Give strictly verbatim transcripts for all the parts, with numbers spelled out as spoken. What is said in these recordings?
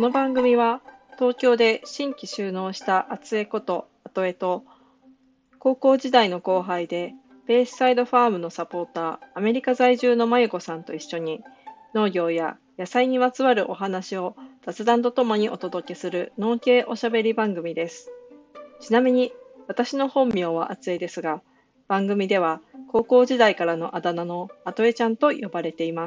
の番組は東京で新規就農した厚江こと後江と高校時代の後輩でベイサイドファームのサポーターアメリカ在住のまゆこさんと一緒に農業や野菜にまつわるお話を雑談とともにお届けする農系おしゃべり番組です。ちなみに私の本名は厚江ですが、番組では高校時代からのあだ名の後江ちゃんと呼ばれています。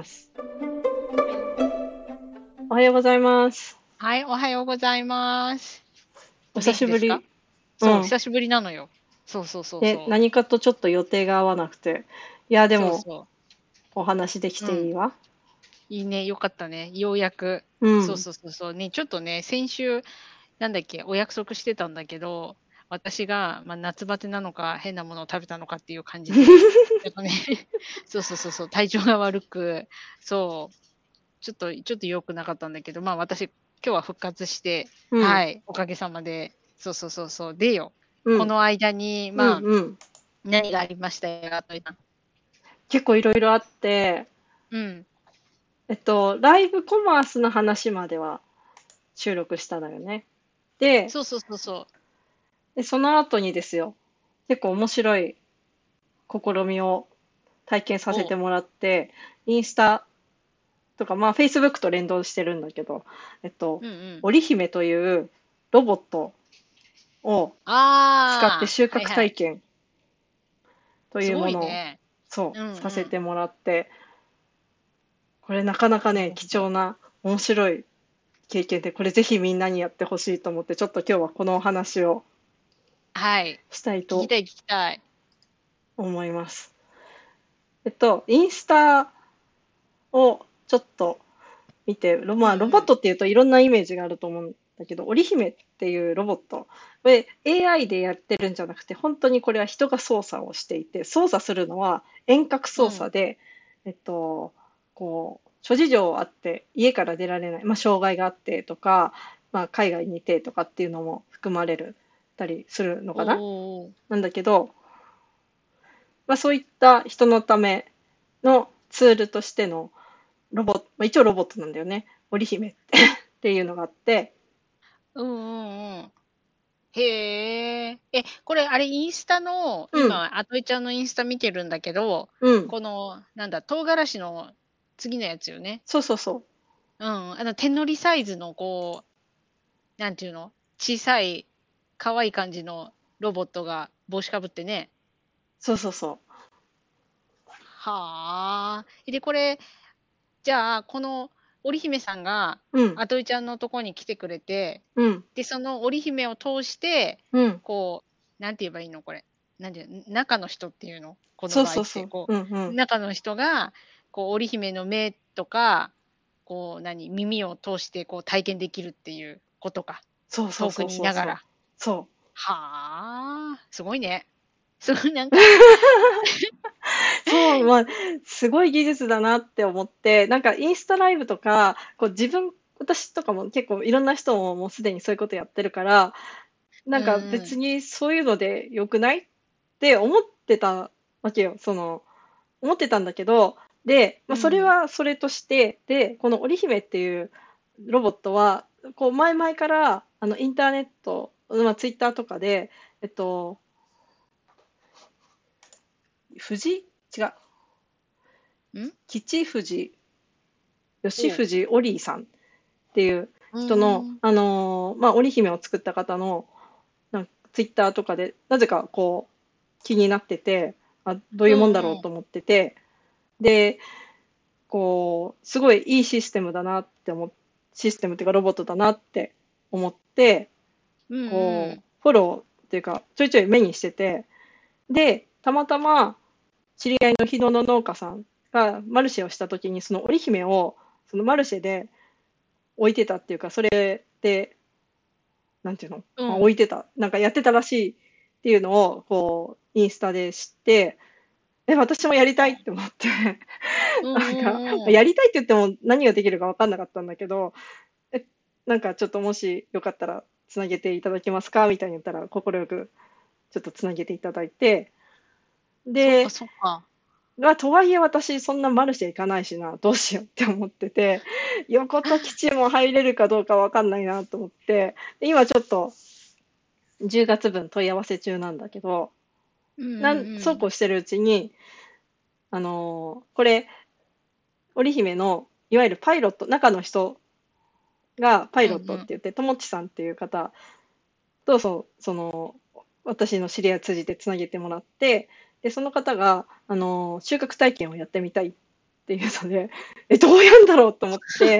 おはようございます。 はい、おはようございます。 おお久しぶり。 元気ですか？そう、 うん。 久しぶりなのよ。そうそうそうで、 そ何かとちょっと予定が合わなくて。いや、 う。 でも、 そうそお話できう。うん。 ていいわ。 いいね、よかったね。ようやく。 うん。 そうそうそうそう。ね、ちょっとね、先週、なんだっけ、お約束してたんだけど、私が、まあ、夏バテなのか、変なものを食べたのかっていう感じで、ちょっとね、そうそうそうそう、体調が悪く、そう、ちょっと、ちょっと良くなかったんだけど、まあ私、今日は復活して、 うん。 はい、おかげさまで、そうそうそうそう、でよ、 うん。 この間に、 うん。 まあ、 うん。 何がありましたよ、あといさん。 結構いろいろあって、 うん。 えっと、ライブコマースの話までは収録したのよね。で、 そうそうそうそでその後にですよ、結構面白い試みを体験さう。おう。 せてもらって、インスタとか、まあ、Facebook と連動してるんだけど、えっと、 うんうん。 織姫というロボットを使ってああ、 収穫はいはい。 体験といすごうものを、 いね。 そう、 うんさせうん。 てもらって、これなかなかね、 なるほど。 貴重な、面白い経験で、これぜひみんなにやってほしいと思って、ちょっと今日はこのお話をはい。 したいと聞きたい聞きたい。 思います。えっと、インスタをちょっと見て、ロまあ、ロボッうんうん。 トっていうといろんなイメージがあると思うんだけど、織姫っていうロボット、これ エーアイ でやってるんじゃなくて、本当にこれは人が操作をしていて、操作するのは遠隔操作うん。 で、えっと、こう、諸事情あって家から出られない、まあ、障害があってとか、まあ、海外にいてとかっていうのも含まれるたりするのかなおお。 なんだけど、まあ、そういった人のためのツールとしてのロボット、まあ、一応ロボットなんだよね。織姫ってっていうのがあって、 うんうんうん。へえ。え、これあれインスタの、 うん、 今、あといちゃんのインスタ見てるんだけど、 うん、 この、なんだ、唐辛子の次のやつよね。 そうそうそうん。あの、手乗りサイズの、こう、なんていうの小さい、可愛い感じのロボットが帽子かぶってね。 う、そうそうそはあ。で、これ、じゃあ、この織姫さんが、 う、うん、 あといちゃんのとこに来てくれて、 うん、 で、その織姫を通して、 うん、 こう、なんて言えばいいのこれ。なんていうの中の人っていうのこのそう場合って。 そうそう、 こうん、うう、 ん、 中の人が、こう、織姫の目とか、こう、何、耳を通して、こう、体験できるっていうことか。 そうそうそ遠くうそうそう、 にいながら。 そう。 はあ、すごいね。すごい、なんか、 そう、まあ、すごい技術だなって思って、なんかインスタライブとか、こう自分、私とかも結構いろんな人ももうすでにそういうことやってるから、 うなんかんうん。 別にそういうので良くないって思ってたわけよ。その、思ってたんだけど、で、まあ、それうん。 はそれとして、で、この織姫っていうロボットは、こう前々からあのインターネット、まあ、ツイッターとかで、えっと、富士違う、 ん吉藤、吉おう。 藤織リさんっていうう人の、 ーん。 あのーまあ、織姫を作った方のなんかツイッターとかで、なぜかこう気になってて、あ、どういうもんだろううんうん。 と思ってて、で、こう、すごいいいシステムだなって思っ、システムっていうかロボットだなって思って、 うんうこう、 ん。 フォローっていうか、ちょいちょい目にしてて、で、たまたま知り合いの日野の農家さんがマルシェをした時に、その織姫を、そのマルシェで置いてたっていうか、それで、なんていうの、まあ、 うん。 置いてた、なんかやってたらしいっていうのを、こう、インスタで知って、え、私もやりたいって思って、 うんなんか、 うんうん。 やりたいって言っても何ができるか分かんなかったんだけど、え、なんかちょっともしよかったらつなげていただけますかみたいに言ったら、快くちょっとつなげていただいて、 そっかで、 そっか。 まあ、とはいえ私そんなマルシェ行かないしな、どうしようって思ってて、 横田基地も入れるかどうかわかんないなと思って、で今ちょっとじゅうがつ分問い合わせ中なんだけど、 うんうんなんうん。 そうこうしてるうちに、あのーこれ、織姫のいわゆるパイロット、中の人がパイロッうんうん。 トって言って、ともちさんっていう方とそその私の知り合いを通じてつなげてもらって、でその方が、あの収穫体験をやってみたいっていうので、えどうやんだろうと思って、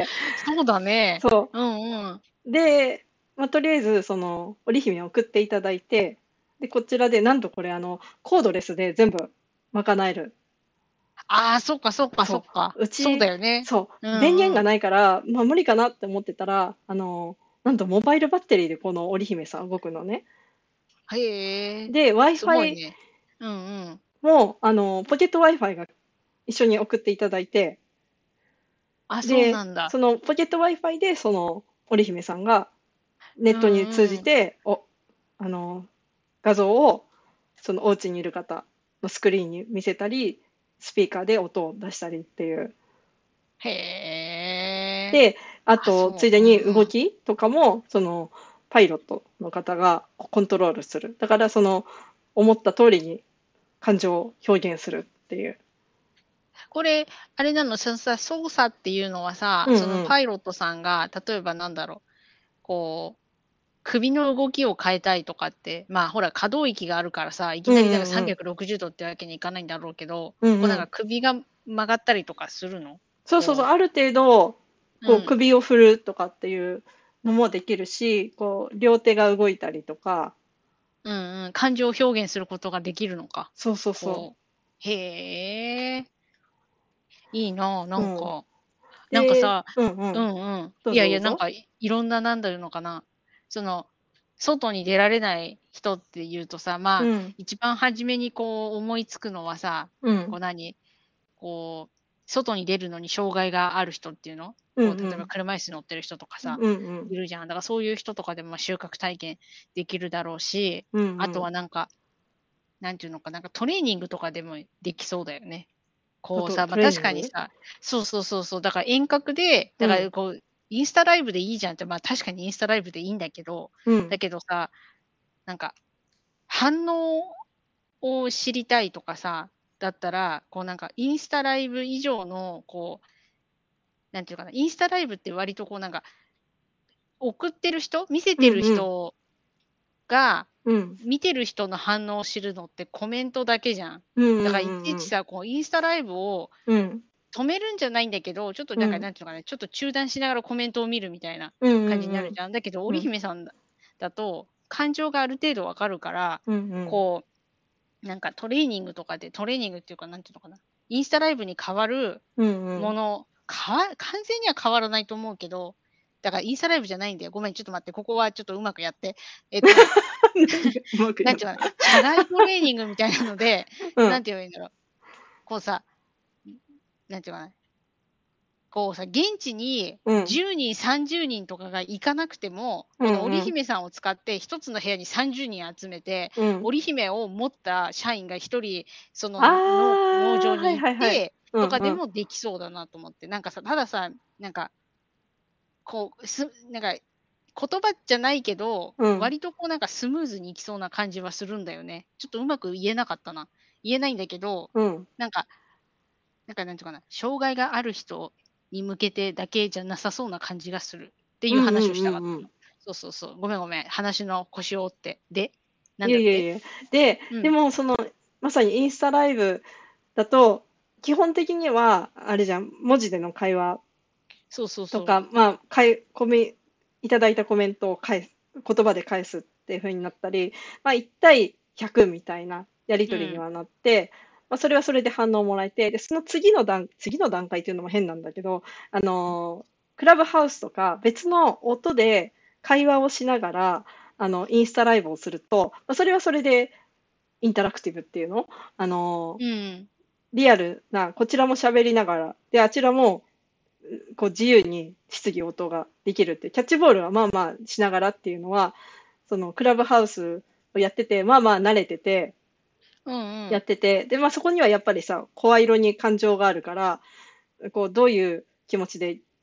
そうだね。 そうんうん。 うで、まあ、とりあえずその織姫を送っていただいて、でこちらでなんとこれあのコードレスで全部賄える。 ああ、そっかそっかそそっか。 ううそうだちよね。 そうう電源んうん。 がないから、まあ、無理かなって思ってたら、あのなんとモバイルバッテリーでこの織姫さん動くのね。 へえ、 ですごい Wi-Fi ね。うんうん。 もあのポケット Wi-Fi が一緒に送っていただいて、 あ、そうなで、 んだ。 そのポケット Wi-Fi で、その織姫さんがネうットに通じんうん。 て、お、あの、画像をそのお家にいる方のスクリーンに見せたり、スピーカーで音を出したりっていう。 へえ。 で、ああ、 と、つそう。 いでにうんうん。 動きとかも、その、パイロットの方がコントロールする。だから、その、思った通りに感情を表現するっていう。 これ、あれなの、そのさ、操作っていうのはさ、そのうんうん。 パイロットさんが、例えばなんだろう、こう、首の動きを変えたいとかって、まあほら、可動域があるからさ、いきうんなりだからうんうん。 さんびゃくろくじゅうどってわけにいかないんだろうけど、こうなんかうんうん。 首が曲がったりとかするの？ そうそうそう、 こある程度、 う、うこうん。 首を振るとかっていうのもできるし、こう両手が動いたりとか、 うんうん。感情を表現することができるのか。 そうそうそこう。へえ、いいな、なう。うん。 んか。なんかで、 さ、 うんうん。 うんうん。 どういやいや、なんぞどうぞ。 かいいろんな、なんだろうのかな、その、外に出られない人っていうとさ、まあ、 うん、 一番初めにこう思いつくのはさ、 うん、 こう何、こう、外に出るのに障害がある人っていうの？ うん、 こう、例えばうん、 車椅子乗ってる人とかさ、 うん、うん、 いるじゃん。だからそういう人とかでも、ま、収穫体験できるだろうし、 うん、 あとうん。 はなんか、なんていうのか、なんかトレーニングとかでもできそうだよね。こうさ、 あと、トま、 レーニング。 確かにさ、そうそうそうそう、だから遠隔で、だかうん、 らこう、インスタライブでいいじゃんって、ま、確かにインスタライブでいいんだけど、だうん、 けどさ、なんか、反応を知りたいとかさ、だったら、こうなんかインスタライブ以上のこう、なんていうかな、インスタライブって割とこうなんか、送ってる人、見せてるうん、うん、 人が、 うん、 見てる人の反応を知るのってコメントだけじゃん。 うん、うん、 だからいちいうん、 ちさ、こうインスタライブをうん、 止めるんじゃないんだけど、ちょっとなんか、 うん、 なんていうのかな、ちょっと中断しながらコメントを見るみたいなうん、 感じにうん、 なるじゃん。だけど、織うん、 姫さんだだと、感情がある程度わかるから、 うん、うん、 こう、なんかトレーニングとかでトレーニングっていうか、なんていうのかな、インスタライブに変わるうん、うん。 もの、かわ完全には変わらないと思うけど、だからインスタライブじゃないんだよ。ごめん、ちょっと待って、ここはちょっとうまくやって。えっと、 何がうまくやっなんていうのかな、社外トレーニングみたいなので、 うん、 なんて言えばいいんだろう。こうさ、なんていうかな、こうさ、現地にうん、 じゅうにん、さんじゅうにんとかが行かなくても、このうん、うん、 織姫さんを使って一つの部屋にさんじゅうにん集めて、 うん。 織姫を持った社員が一人、そのあの農場あ、はいに行っはいはい。 て、とかでうんうん。 もできそうだなと思って。なんかさ、たださ、なんか、こう、すなんか、言葉じゃないけど、 うん。 割とこうなんかスムーズにいきそうな感じはするんだよね。ちょっとうまく言えなかったな。言えないんだけど、 うん。 なんかなんかなんていうかな、障害がある人に向けてだけじゃなさそうな感じがするっていううんう話をしたかったの。 んうんうん。 そうそうそう。ごめんごめん。話の腰を折って。で、なんだって？ いえいえいえ。で、 うん。 でもその、まさにインスタライブだと、基本的には、あれじゃん、文字での会話そうそうとか、 そう。 まあ、かい、コメ、いただいたコメントを返す、言葉で返すっていう風になったり、まあ、いち対ひゃくみたいなやりうん。 取りにはなって、まあ、それはそれで反応をもらえて、で、その次の段、次の段階っていうのも変なんだけど、あのークラブハウスとか別の音で会話をしながら、あの、インスタライブをすると、まあ、それはそれでインタラクティブっていうのあのーうん。 リアルな、こちらも喋りながら、で、あちらもこう自由に質疑応答ができるっていう、キャッチボールはまあまあしながらっていうのは、そのクラブハウスをやってて、まあまあ慣れてて、 うんうん。 やってて、で、まあそこにはやっぱりさ、声色に感情があるから、こう、どういう気持ちで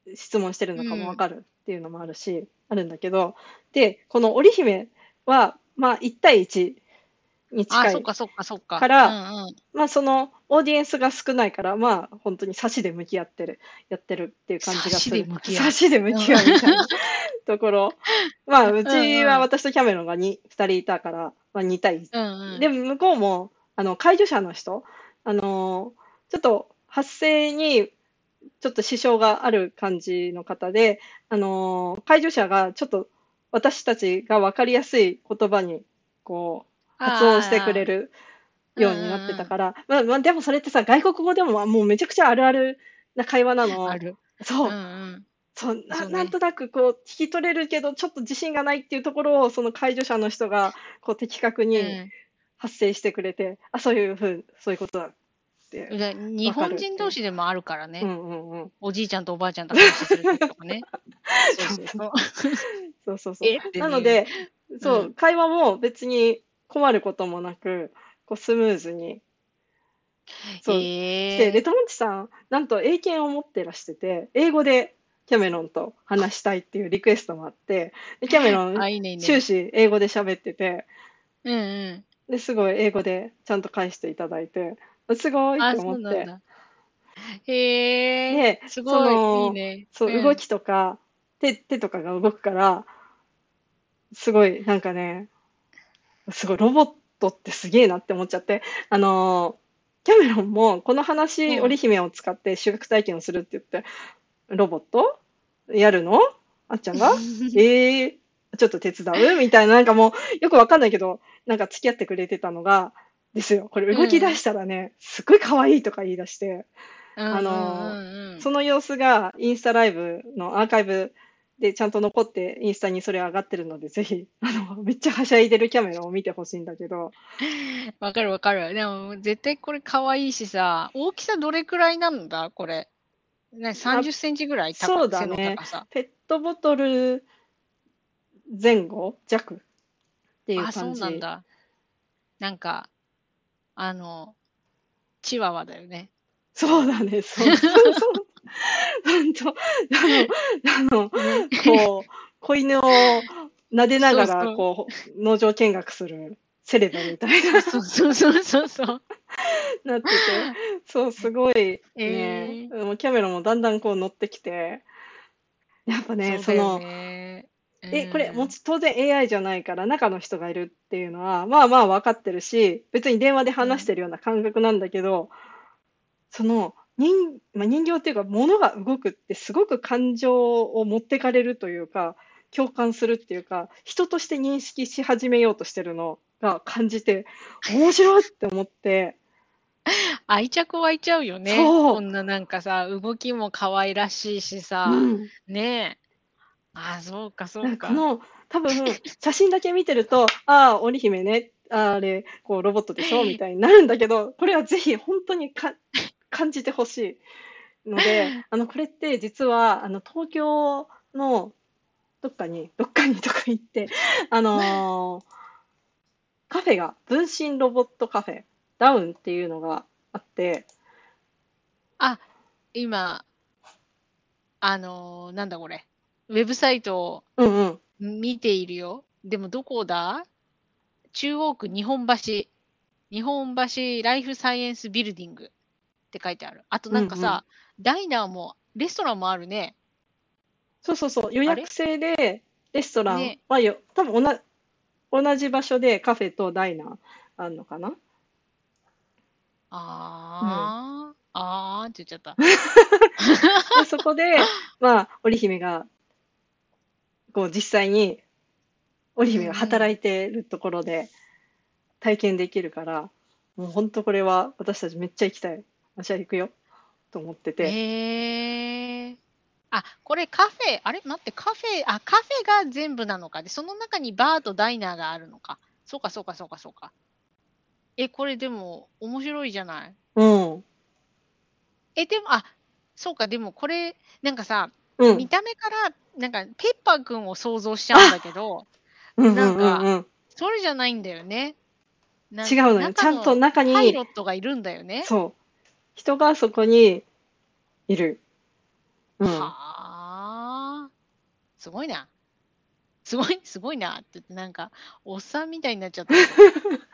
質問してるうのかもわん。 かるっていうのもあるし、あるんだけど、で、この織姫は、まあ、いち対いちにああ、 近いそっかそっかそっか。うんうから、 ん。 まあ、そのオーディエンスが少ないから、まあ、本当に差しで向き合ってる、やってるっていう感じ差しでがする。 向き合う。 差しで向うん。 き合うみたいなところ。まあ、ううんちはうん。 私とキャメロンが に, 二人いたから、まあ、に対いち。 うんうん。 でも向こうも、あの、介助者の人、あのーちょっと発声にちょっと支障がある感じの方で、あのー介助者がちょっと私たちが分かりやすい言葉に、こう、 あ発音してあ、ああ。 くれるうんようになっうんうん。 てたから、まあ、まあ、でもそれってさ、外国語でももうめちゃくちゃあるあるな会話なの。 ある。うんそう。 うん。 そう、な、 そうね。 なんとなくこう、聞き取れるけど、ちょっと自信がないっていうところを、その介助者の人が、こう、的確にうん。 発声してくれて、あ、そういうふう、そういうことだってで、日わか本人同るっていう。 士でもあるからね。 うんうんうん。 おじいちゃんとおばあちゃんと話するときとかね。そうそうそうそうそう。 そうそうそう。 えっていう。 なので、そう、 うん。 会話も別に困ることもなく、こうスムーズに、そう、来て、で、 へえ。 友チさん、なんと英検を持ってらしてて、英語でキャメロンと話したいっていうリクエストもあって、で、キャメロン、 あ、いいねいいね。 終始英語で喋ってて、 うんうん。 で、すごい英語でちゃんと返していただいて、すごいってあ、 思って、 そうなんだ。へえ、 で、そすごいいいの、 ね。 そう、動うん。 きとか、手、手とかが動くから、すごい、なんかね、すごい、ロボットってすげえなって思っちゃって、あのーキャメロンもこの話、 うん。 織姫を使って収穫体験をするって言って、ロボットやるのあっちゃんがええー、ちょっと手伝うみたいな、なんかもう、よくわかんないけど、なんか付き合ってくれてたのが、ですよ。これ動き出うん。 したらね、すっごい可愛いとか言い出して、 うんうんあのーうんうん。 その様子がインスタライブのアーカイブでちゃんと残ってインスタにそれ上がってるので、ぜひ、あの、めっちゃはしゃいでるキャメラを見てほしいんだけど、 わかるわかる。でも絶対これ可愛いしさ、大きさどれくらいなんだこれ。ね、30 あ、 センチぐらい高、 そうだ背のね。 高さ。 ペットボトル前後弱っていうあ、そうなん感じ。 だ。なんか、あの、チワワだよね。こそうだね。そうそうそう。本当、あの、あの、 う。ね。 こう、子犬を撫でながら、 そうそう。 こう、農場見学するセレブみたいそうそうそうそうそうそう。 なってて、そう、すごいね、 ええ、 もうキャメロもだんだんこう乗ってきて、やっぱね、 そうだよその、 ね。うえ、これ、もん。 ち当然 エーアイ じゃないから中の人がいるっていうのは、まあまあ分かってるし、別に電話でうん。 話してるような感覚なんだけど、その人、まあ、人形っていうか物が動くってすごく感情を持ってかれるというか、共感するっていうか、人として認識し始めようとしてるのが感じて、面白いって思って、 愛着湧いちゃうよね。 そう、 こんななんかさ、動きも可愛らしいしうさ。 ん。 ねえ。ああ、そうかそうか。 なんかこの、多分、写真だけ見てると、ああ、織姫ね、あれ、こう、ロボットでしょみたいになるんだけど、これはぜひ本当にか感じてほしいので、あの、これって実は、あの、東京のどっかに、どっかにとか行って、あのーカフェが、分身ロボットカフェ、ダウンっていうのがあって、 あ、今、あのーなんだこれ。ウェブサイトをうんうん、 見ているよ。でもどこだ？中央区日本橋。日本橋ライフサイエンスビルディングって書いてある。あとうんうん。 なんかさ、ダイナーも、レストランもあるね。 そうそうそう、予あれ約制で、レストランね。 はよ、多分同じ、同じ場所でカフェとダイナーあるのかな。うん。 あー、あーって言っちゃった。 で、そこで、まあ、織姫が、こう、実際に、織うん姫が働うん。 いてるところで体験できるから、もう本当これは私たちめっちゃ行きたい。私は行くよ、と思ってて。 へえ。あ、これカフェ、あれ待って、カフェ、あ、カフェが全部なのか。で、その中にバーとダイナーがあるのか。そうか、そうか、そうか、そうか。え、これでも面白いじゃない。 うん。 え、でも、あ、そうか、でもこれ、なんかさ、 うん。 見た目から、なんか、ペッパーくんを想像しちゃうんだけあ、 ど、 うんうんうんなんか、 うん。 それじゃないんだよね。な、 違うのよ。ちゃんと中の中に、 パイロットがいるんだよね。 そう、人がそこにいる。うはん。 すごいな。すごい、すごいなって言って、なんか、おっさんみたいになっちゃったけど。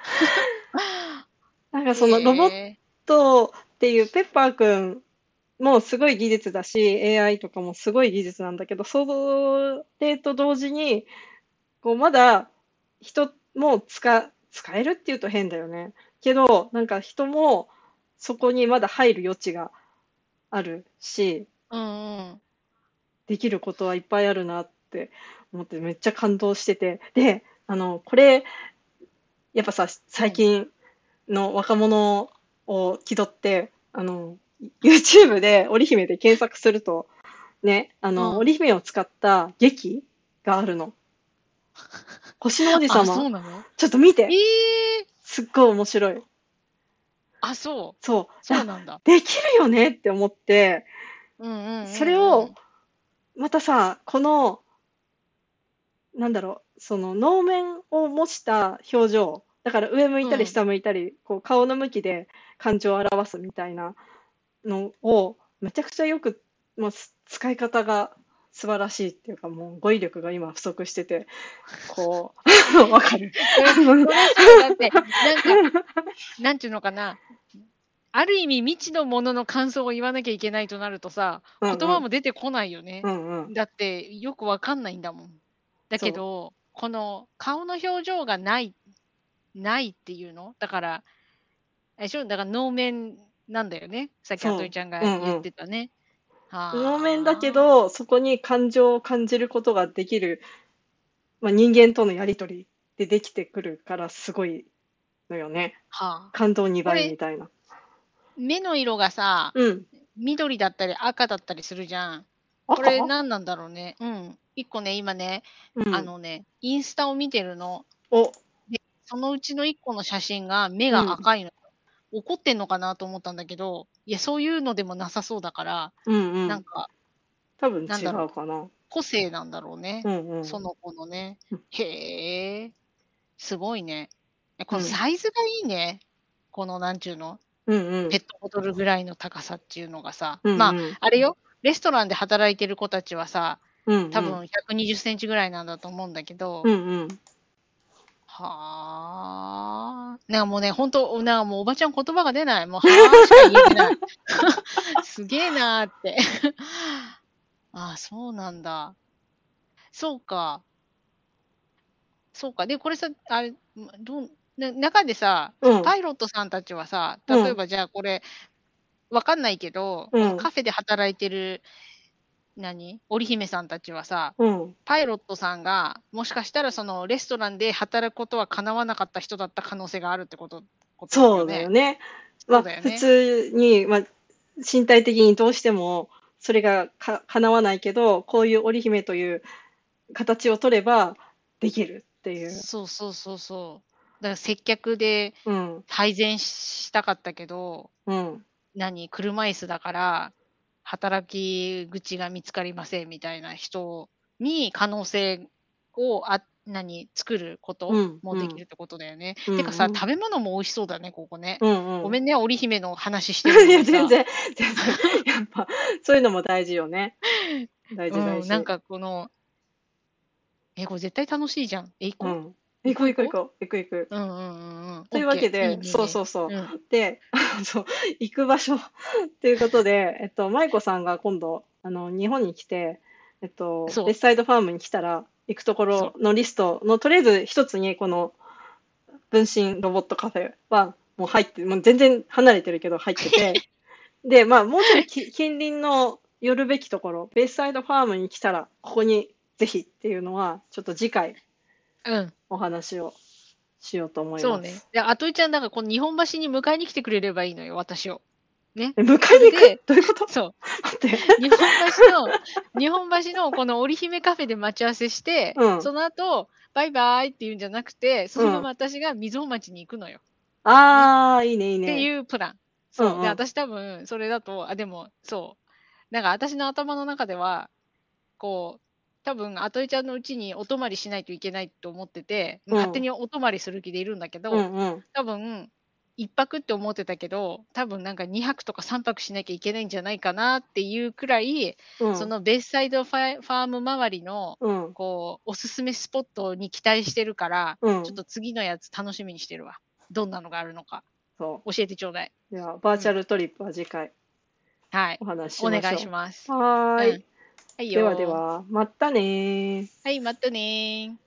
なんかへそのロボッえ。 トっていうペッパーくんもすごい技術だし、エーアイ とかもすごい技術なんだけど、それと同時に、こうまだ人も使、使えるっていうと変だよね。けど、なんか人もそこにまだ入る余地があるし、 うんうん。 できることはいっぱいあるなって思ってめっちゃ感動してて。で、あの、これ、やっぱさ、 うん。 最近の若者を気取って、あの、YouTube で織姫で検索すると、ね、あの、 うん。 織姫を使った劇があるの。星の王子あ、 様、 そうなの？ ちょっと見えて。 え。 すっごい面白い。 あ、そう。 そう。あ、 そうなんだ。 できるよねって思って、 うんうんそれを、 うんうん。 またさ、この、なんだろう、その能面を模した表情、だから上向いうん。 たり下向いたり、こう顔の向きで感情を表すみたいなのを、めちゃくちゃよく、もうす使い方が素晴らしいっていうか、もう語彙力が今不足してて、こう、わかる。 それ、それさ、だって、なんか、なんていうのかな。ある意味未知のものの感想を言わなきゃいけないとなるとさ、言葉うんうん。 も出てこないよね。 うんうん。 だってよくわかんないんだもん。だけそど、この顔の表情がないないっていうの？だから、あれでしょ、だから能面なんだよね。さっう、 きあとそう。 いちゃんが言っうんうん。 てたね。 能面だけはあ。 ど、そこに感情を感じることができる、まあ、人間とのやりとりでできてくるからすごいのよね。 はあ。 感動2 これ、 倍みたいな。 目の色がさ、 うん。 緑だったり赤だったりするじゃん。これ赤。 何なんだろうね。うん。いっこね、今ね、 うん。 あのね、インスタを見てるの。 お、 で、そのうちのいっこの写真が目うん。 が赤いの。怒ってんのかなと思ったんだけど、いや、そういうのでもなさそうだから、 うんうん。 なんか、 多分違なんだろう、 うかな。 個性なんだろうね。 うんうん。 その子のね。 うん。 へえ、すごいね。え、このうん。 サイズがいいね。このなんちゅうの、 うんうん。 ペットボトルぐらいの高さっていうのがさ、 うんまあ、 うん。 あれよ、レストランで働いてる子たちはさ、 うんうん。 多分ひゃくにじゅっセンチぐらいなんだと思うんだけど、 うんうん。 はあ。なんかもうね、ほんと、なんかもうおばちゃん言葉が出ない。もう、はあしか言えてない。すげえなーって。ああ、そうなんだ。そうか。そうか。で、これさ、あれ、ま、どんな中でさ、 うん。 パイロットさんたちはさ、 うん。 例えばじゃあこれ、わかんないけど、 うん。 このカフェで働いてる、何、織姫さんたちはさ、 うん。 パイロットさんが、もしかしたらそのレストランで働くことは叶わなかった人だった可能性があるってことことそうだよよね。 ね。まあ、普そうだよね。 通に、まあ、身体的にどうしてもそれがか叶わないけど、こういう織姫という形を取ればできるっていう。 そうそうそうそう。だから接客でうん。 配膳したかったけど、 うん。 何、車椅子だから、働き口が見つかりませんみたいな人に可能性を、あ何、作ることうん。うん。 もできるってことだよね。 うん。 てかさ、 うん。 食べ物も美味しそうだね、ここね。 うんうん。 ごめんね、織姫の話してるいや、 のにさ。 全然、全然。やっぱ、そういうのも大事よね。大事大うん、なん事。 かこの、え、これ絶対楽しいじゃん。え、行こう？ うん。行こう行こう行こ行こう行こう。行く行く。 う？うんうんうんうん。 というわけオッケー。いいで、そうねいいね。 そうそうん。 う。で、そう、行く場所っていうことで、えっと、舞子さんが今度、あの、日本に来て、えっと、ベッそう、 サイドファームに来たら、行くとこそう。 ろのリストの、とりあえず一つに、この分身ロボットカフェは、もう入って、もう全然離れてるけど入ってて、で、まあ、もうちょいき近隣の寄るべきところ、ベイサイドファームに来たら、ここにぜひっていうのは、ちょっと次回うん。 お話をしようと思いそうね。 ます。 で、あといちゃん、なんかこの日本橋に迎えに来てくれればいいのよ、私を。ね。 え、迎えに行くそれで、 どういうこと？ そう、 待って。 日本橋の日本橋のこの織姫カフェで待ち合わせして、 うん、 その後、バイバイって言うんじゃなくて、そのままうん。 私が瑞穂町に行くのよ。ね。っああ、いいね、いいてね。 いうプラン。そう。で、 うんうん。 私多分それだと、あ、でも、そう。なんか私の頭の中では、こう、多分、あといちゃんのうちにお泊まりしないといけないと思ってて、 うん、 勝手にお泊まりする気でいるんだけど、 うんうん。 多分いっぱくって思ってたけど、多分なんかにはくとかさんぱくしなきゃいけないんじゃないかなっていうくらい、そうん。 のベイサイドファイファーム周りの、 うん。 こう、おすすめスポットに期待してるから、ちょっうん。 と次のやつ楽しみにしてるわ。どんなのがあるのか。 そ教えてちょうだい。 う。では、バーうん。 チャルトリップは次回はい。 お話ししお願いしましょます。 う。はうん。 ーい。 はいではでよー。 は、またねー。 はい、またねー。